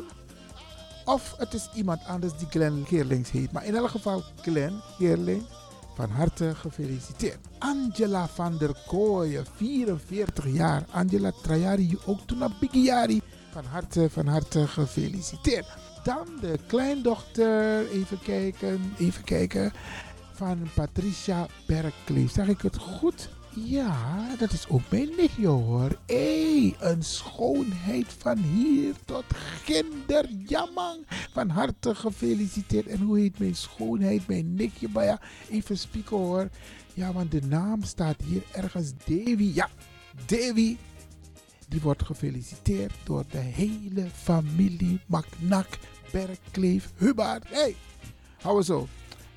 of het is iemand anders die Glenn Geerlings heet. Maar in elk geval, Glenn Geerlings, van harte gefeliciteerd. Angela van der Kooijen, 44 jaar. Angela Trajari, ook toen naar Bigiari. Van harte gefeliciteerd. Dan de kleindochter, even kijken, van Patricia Berkeley. Zeg ik het goed? Ja, dat is ook mijn nichtje hoor. Een schoonheid van hier tot ginder. Jamang. Van harte gefeliciteerd. En hoe heet mijn schoonheid, mijn nichtje? Maar ja, even spieken hoor. Ja, want de naam staat hier ergens Davy. Ja, Davy. Die wordt gefeliciteerd door de hele familie Maknak, Berkleef, Hubbard. Hey, hou zo.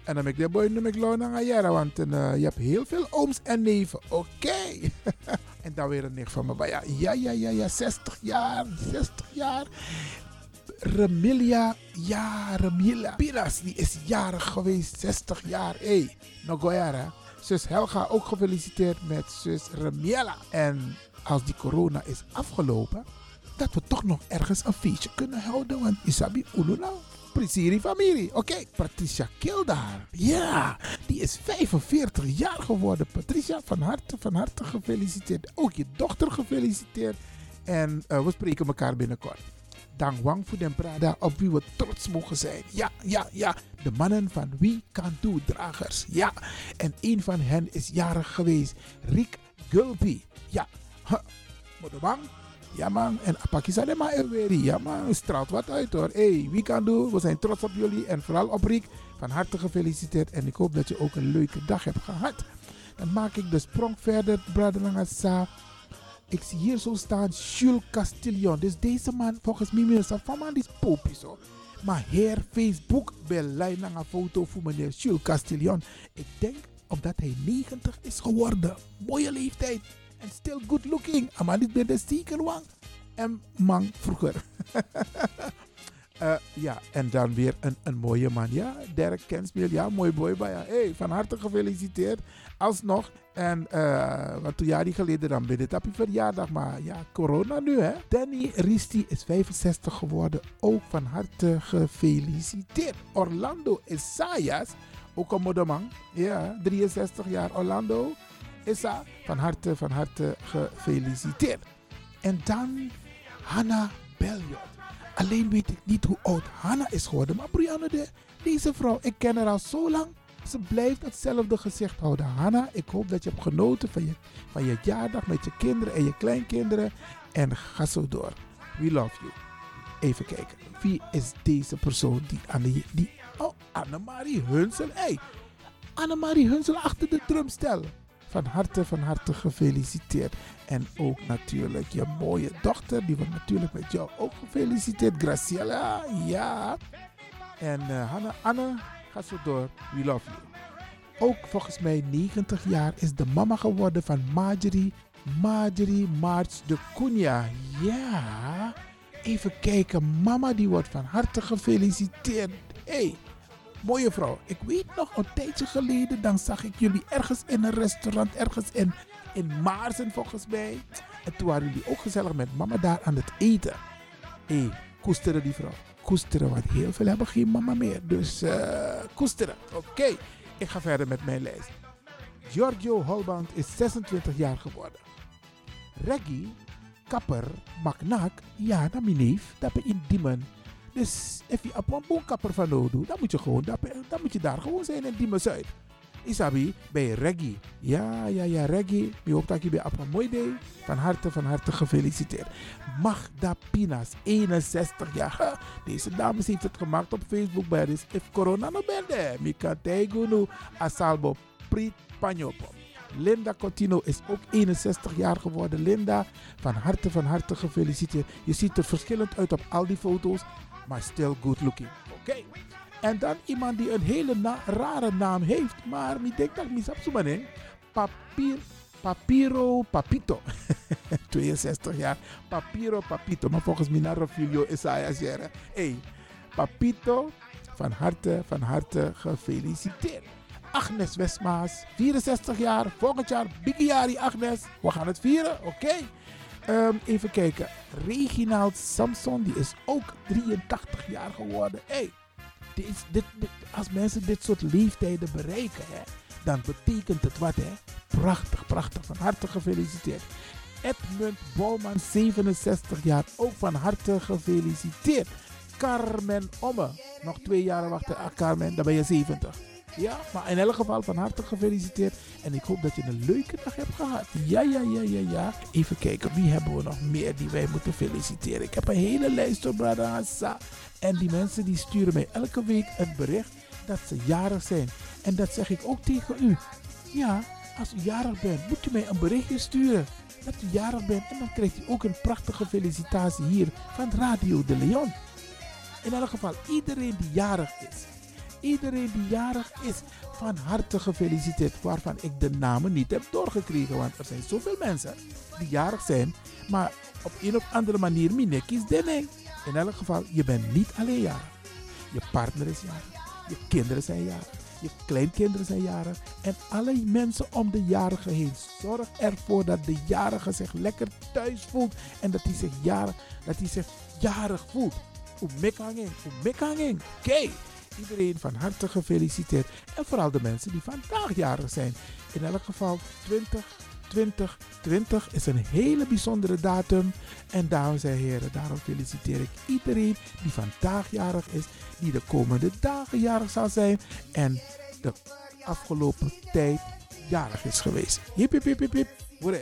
En dan heb ik de boy naar jaren, want je hebt heel veel ooms en neven. Oké. En dan weer een nicht van me. Ja, 60 jaar. Remilia Pinas, die is jarig geweest, 60 jaar. Hey, Nogoyara. Zus Helga ook gefeliciteerd met zus Remiela. En als die corona is afgelopen, dat we toch nog ergens een feestje kunnen houden. Want Isabi Uluna, Prisiri familie. Oké, Patricia Kildaar. Ja, die is 45 jaar geworden. Patricia, van harte gefeliciteerd. Ook je dochter gefeliciteerd. En we spreken elkaar binnenkort. Dank Wang voor den Prada, op wie we trots mogen zijn. Ja. De mannen van We Can Do dragers. Ja. En een van hen is jarig geweest. Rick Gulpi. Ja. Modewang. Ja man. En Apakisa de Maeweri. Ja man. Straalt wat uit hoor. Hey, We Can Do. We zijn trots op jullie. En vooral op Rick. Van harte gefeliciteerd. En ik hoop dat je ook een leuke dag hebt gehad. Dan maak ik de sprong verder. Bradelangasa. Ik zie hier zo staan Jules Castillon. Dus deze man, volgens mij, is van man die is popie zo. Maar heer Facebook belijn naar een foto voor meneer Jules Castillon. Ik denk omdat hij 90 is geworden. Mooie leeftijd. En still good looking. Maar niet meer de zeker wang. En man vroeger. Ja, en dan weer een mooie man. Ja, Derek Kensmeel. Ja, mooi boy. Ja. Hey, van harte gefeliciteerd. Alsnog. En wat 2 jaar geleden dan binnen het verjaardag. Maar ja, corona nu hè. Danny Risti is 65 geworden. Ook van harte gefeliciteerd. Orlando Isaias. Ook een moederman. Ja, 63 jaar. Orlando Issa. Van harte gefeliciteerd. En dan Hanna Belliot. Alleen weet ik niet hoe oud Hanna is geworden. Maar Brianne, deze vrouw, ik ken haar al zo lang. Ze blijft hetzelfde gezicht houden. Hanna, ik hoop dat je hebt genoten van je jaardag met je kinderen en je kleinkinderen. En ga zo door. We love you. Even kijken. Wie is deze persoon Annemarie Hunsel. Hey, Annemarie Hunsel achter de drumstel. Van harte gefeliciteerd. En ook natuurlijk je mooie dochter. Die wordt natuurlijk met jou ook gefeliciteerd. Graciela, ja. En Anne, ga zo door. We love you. Ook volgens mij 90 jaar is de mama geworden van Marjorie March de Cunha. Ja. Even kijken. Mama die wordt van harte gefeliciteerd. Hey. Mooie vrouw. Ik weet nog een tijdje geleden, dan zag ik jullie ergens in een restaurant, ergens in Maarsen volgens mij. En toen waren jullie ook gezellig met mama daar aan het eten. Hé, koesteren die vrouw. Koesteren, want heel veel hebben geen mama meer. Dus koesteren. Oké, ik ga verder met mijn lijst. Giorgio Holband is 26 jaar geworden. Reggie, kapper, Magnak, ja, dat mijn neef, dat ben in Diemen. Dus als je op een boomkapper van nodig, dan moet je daar gewoon zijn in Diemen-Zuid. Isabi, bij Reggie. Ja, Reggie. Ik hoop dat je bij op een mooi day. Van harte gefeliciteerd. Magda Pinas, 61 jaar. Deze dames heeft het gemaakt op Facebook bij dus if corona no bende. Mika Tegunu Asalbo Prit Panyopo. Linda Coutinho is ook 61 jaar geworden. Linda, van harte gefeliciteerd. Je ziet er verschillend uit op al die foto's. Maar still good looking. Oké. En dan iemand die een hele rare naam heeft. Maar ik denk dat ik niet op zo'n manier. Papiro Papito. 62 jaar. Papiro Papito. Maar volgens mij naar Refugio Isaias. Hey, Papito. Van harte gefeliciteerd. Agnes Westmaas. 64 jaar. Volgend jaar Bigiari Agnes. We gaan het vieren. Oké. Even kijken. Reginald Samson, die is ook 83 jaar geworden. Hey, als mensen dit soort leeftijden bereiken, hè, dan betekent het wat, hè? Prachtig. Van harte gefeliciteerd. Edmund Bouwman, 67 jaar. Ook van harte gefeliciteerd. Carmen Omme. Nog 2 jaar wachten. Carmen, dan ben je 70. Ja, maar in elk geval van harte gefeliciteerd. En ik hoop dat je een leuke dag hebt gehad. Ja. Even kijken, wie hebben we nog meer die wij moeten feliciteren? Ik heb een hele lijst op Bradassa. En die mensen die sturen mij elke week het bericht dat ze jarig zijn. En dat zeg ik ook tegen u. Ja, als u jarig bent, moet u mij een berichtje sturen. Dat u jarig bent. En dan krijgt u ook een prachtige felicitatie hier van Radio de Leon. In elk geval, iedereen die jarig is. iedereen die jarig is, van harte gefeliciteerd. Waarvan ik de namen niet heb doorgekregen. Want er zijn zoveel mensen die jarig zijn. Maar op een of andere manier, minekis denning. In elk geval, je bent niet alleen jarig. Je partner is jarig. Je kinderen zijn jarig. Je kleinkinderen zijn jarig. En alle mensen om de jarige heen. Zorg ervoor dat de jarige zich lekker thuis voelt. En dat hij zich jarig voelt. Oké. Iedereen van harte gefeliciteerd. En vooral de mensen die vandaag jarig zijn. In elk geval 2020 is een hele bijzondere datum. En dames en heren, daarom feliciteer ik iedereen die vandaag jarig is. Die de komende dagen jarig zal zijn. En de afgelopen tijd jarig is geweest. Hip hip hip hip hip. Hoera.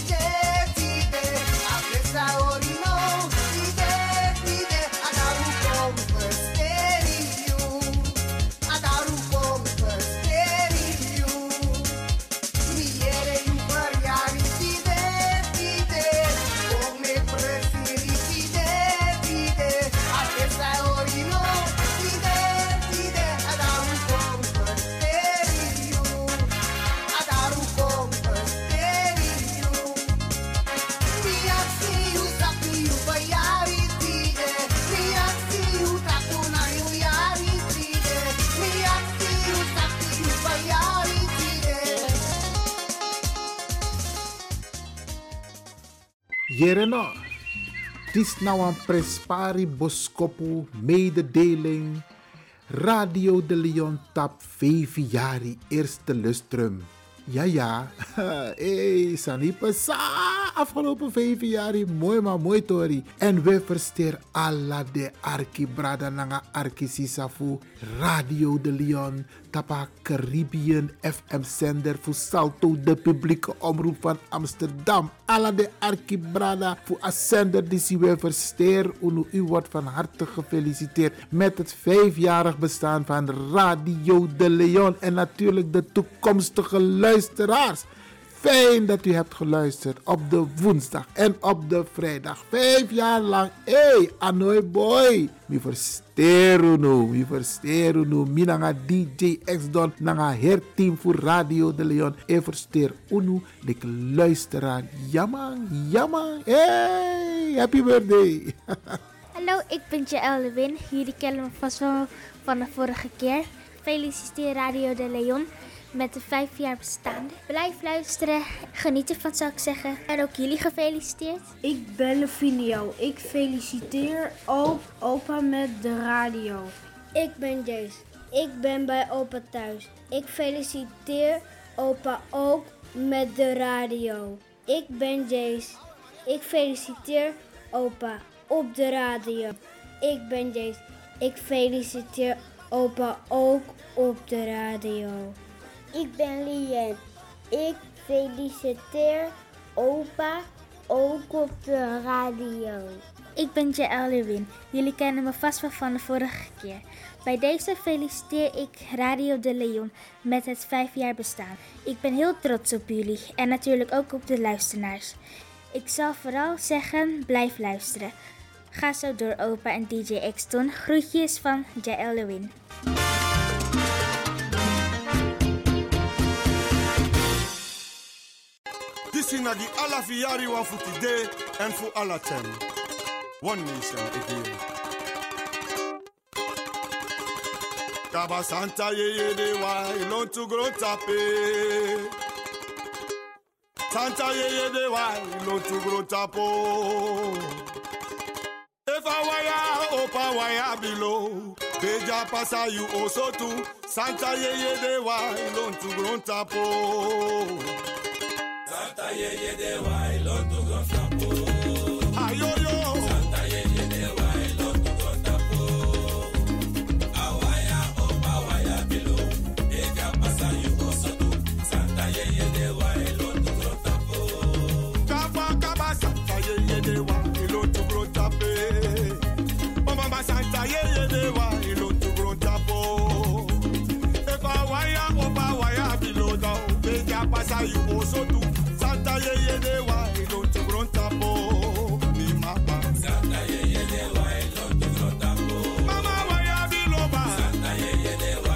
Jereno, het is nou een prespari boskopu mededeling. Radio de Leon tap 5 jaar eerste lustrum. Ja. Hey, Sanipa sa afgelopen 5 jaar mooi tori. En we versteren alla de arki brada nanga arki sisafu Radio de Leon tapa Caribbean FM zender voor Salto de publieke omroep van Amsterdam. Alla de arki brada voor een zender die we versteren. U wordt van harte gefeliciteerd met het 5-jarig bestaan van Radio de Leon en natuurlijk de toekomstige luisteraars. Fijn dat u hebt geluisterd op de woensdag en op de vrijdag. 5 jaar lang. Hey, Anoy boy. Mi versteren nu. Mi nanga DJ X-Don. Nanga herteam voor Radio de Leon. E versteer unu. De luisteraar. Jammer. Hey, happy birthday. Hallo, ik ben Jaël Lewin. Jullie kennen me vast wel van de vorige keer. Feliciteer Radio de Leon met de 5 jaar bestaande. Blijf luisteren, geniet ervan zou ik zeggen. En ook jullie gefeliciteerd. Ik ben Levinio. Ik feliciteer ook opa met de radio. Ik ben Jace. Ik ben bij opa thuis. Ik feliciteer opa ook met de radio. Ik ben Jace. Ik feliciteer opa op de radio. Ik ben Jace. Ik feliciteer opa ook op de radio. Ik ben Lien. Ik feliciteer opa ook op de radio. Ik ben Jaël Lewin. Jullie kennen me vast wel van de vorige keer. Bij deze feliciteer ik Radio de Leon met het 5 jaar bestaan. Ik ben heel trots op jullie en natuurlijk ook op de luisteraars. Ik zal vooral zeggen, blijf luisteren. Ga zo door opa en DJ X-Don. Groetjes van Jaël Lewin. This is die alla fiari wa voor today en voor alla ten. One nation again. Kaba Santa ye de wa ilon to grow tape. Santa ye de wa ilon to grow tapo. If I wire opa wire below. Beja pasa you also too. Santa ye de wa ilon to grow tapo. Santa ye de wa ilon to grow tapo. Ayoyo. Santa ye de wa ilon to grow tapo. Awaya opa waya below. Beja pasa you also too. Santa ye de wa ilon to grow tapo. Kaba Santa ye de wa ilon to grow tapo. Mama Santa ye de wa ilon to grow tapo. If I wire opa wire below down. Beja pasa you also too. Santa ye de wa ilon to grow tapo. Mi mama Santa ye de wa ilon to grow tapo. Mama wire below ba. Santa ye de wa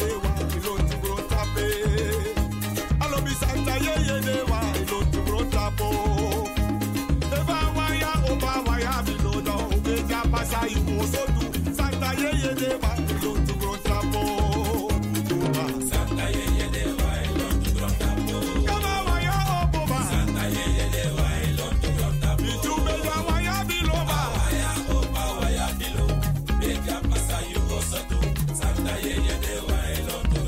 dewa, ilon tu grota pe. Alobi Santa ye dewa, ilon tu grota po. Eva waya oba waya biloda, obeja pasa yu osodu. Santa ye dewa, ilon tu grota po. Santa ye dewa, ilon tu grota po. Kama waya oboba. Santa ye dewa, ilon tu grota po. Bitu beja waya biloba. Waya oba waya bilo. Beja pasa yu osodu. Santa ye dewa, ilon tu grota po.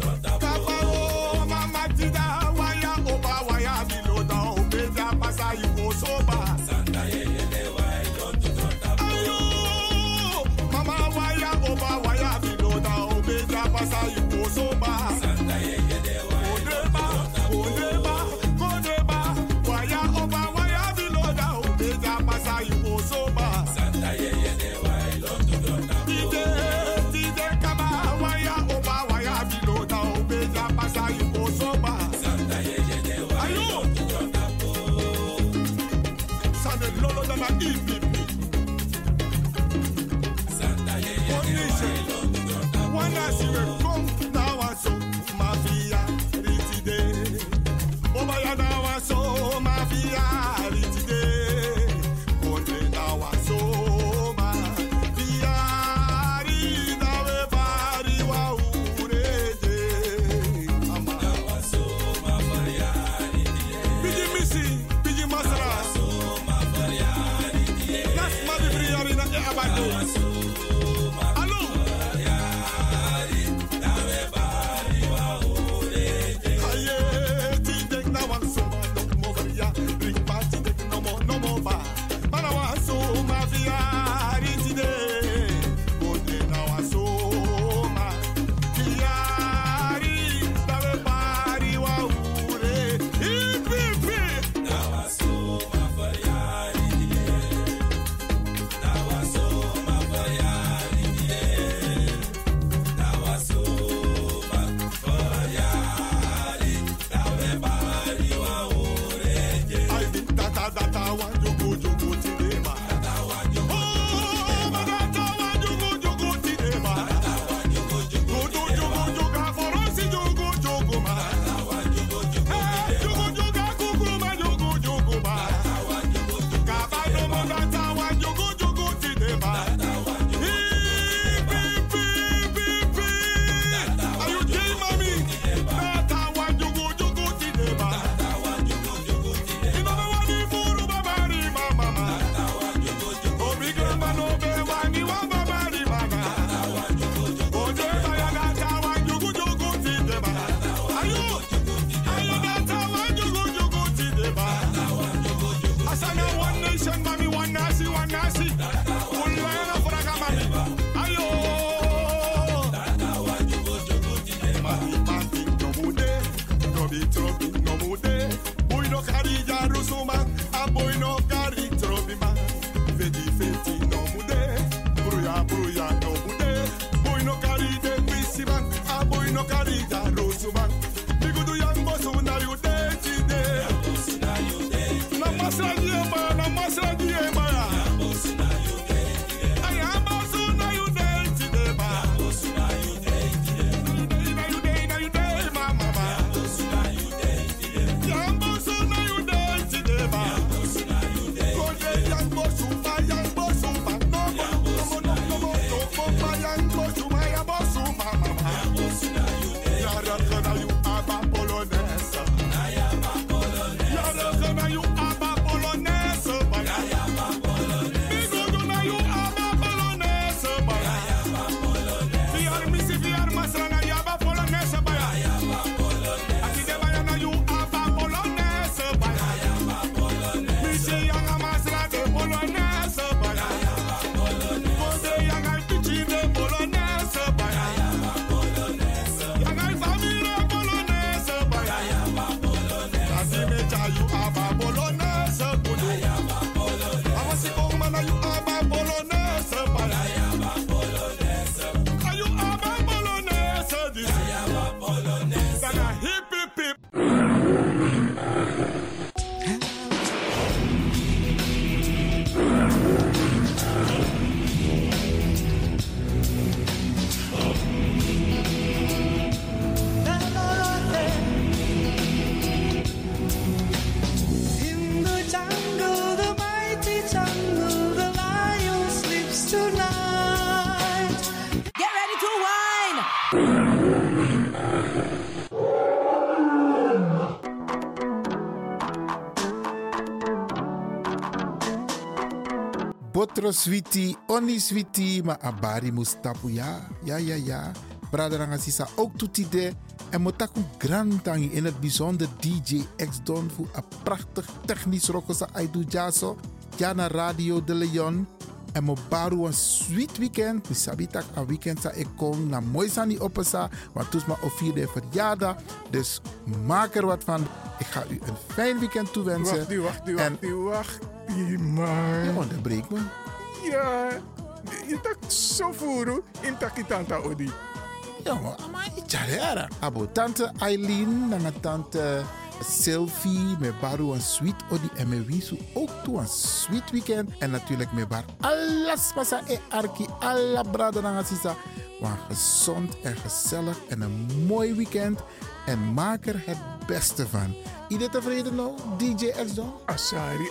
Otro sweetie, oni sweetie, maar abari mustapu ja. Ja. Braderanga sisa ook toetide. En motaku grantangi in het bijzonder DJ X-Don voor een prachtig technisch rokosa aidu jaso. Ja naar Radio de Leon. En mo baru een sweet weekend. Mi sabitak een weekend sa ik kom na mooi sani opesa. Want toes ma o 4e verjaardag. Dus maak er wat van. Ik ga u een fijn weekend toewensen. Wacht, man. Je onderbreekt me. Ja, je tak zo voeren in takitanta odi. Ja, maar ik jaren. Abo tante Eileen, dan tante Sylvie, met baru een sweet odi en met wisu ook toe een sweet weekend. En natuurlijk met bar alles pasa e arki, alla brada dan sisa. Maar gezond en gezellig en een mooi weekend. En maak er het beste van. Iedereen tevreden nou, DJ X-Don? Asari.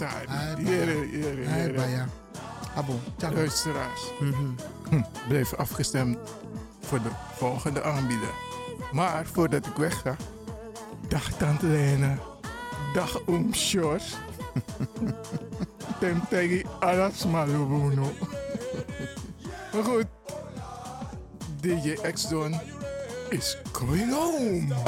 Jere. Baya. Abo, luisteraars. Blijf afgestemd voor de volgende aanbieder. Maar voordat ik wegga, dag Tante Lena, dag Oom Sjors. Temtegi alas malubuno. Maar goed, DJ X-Don is going home.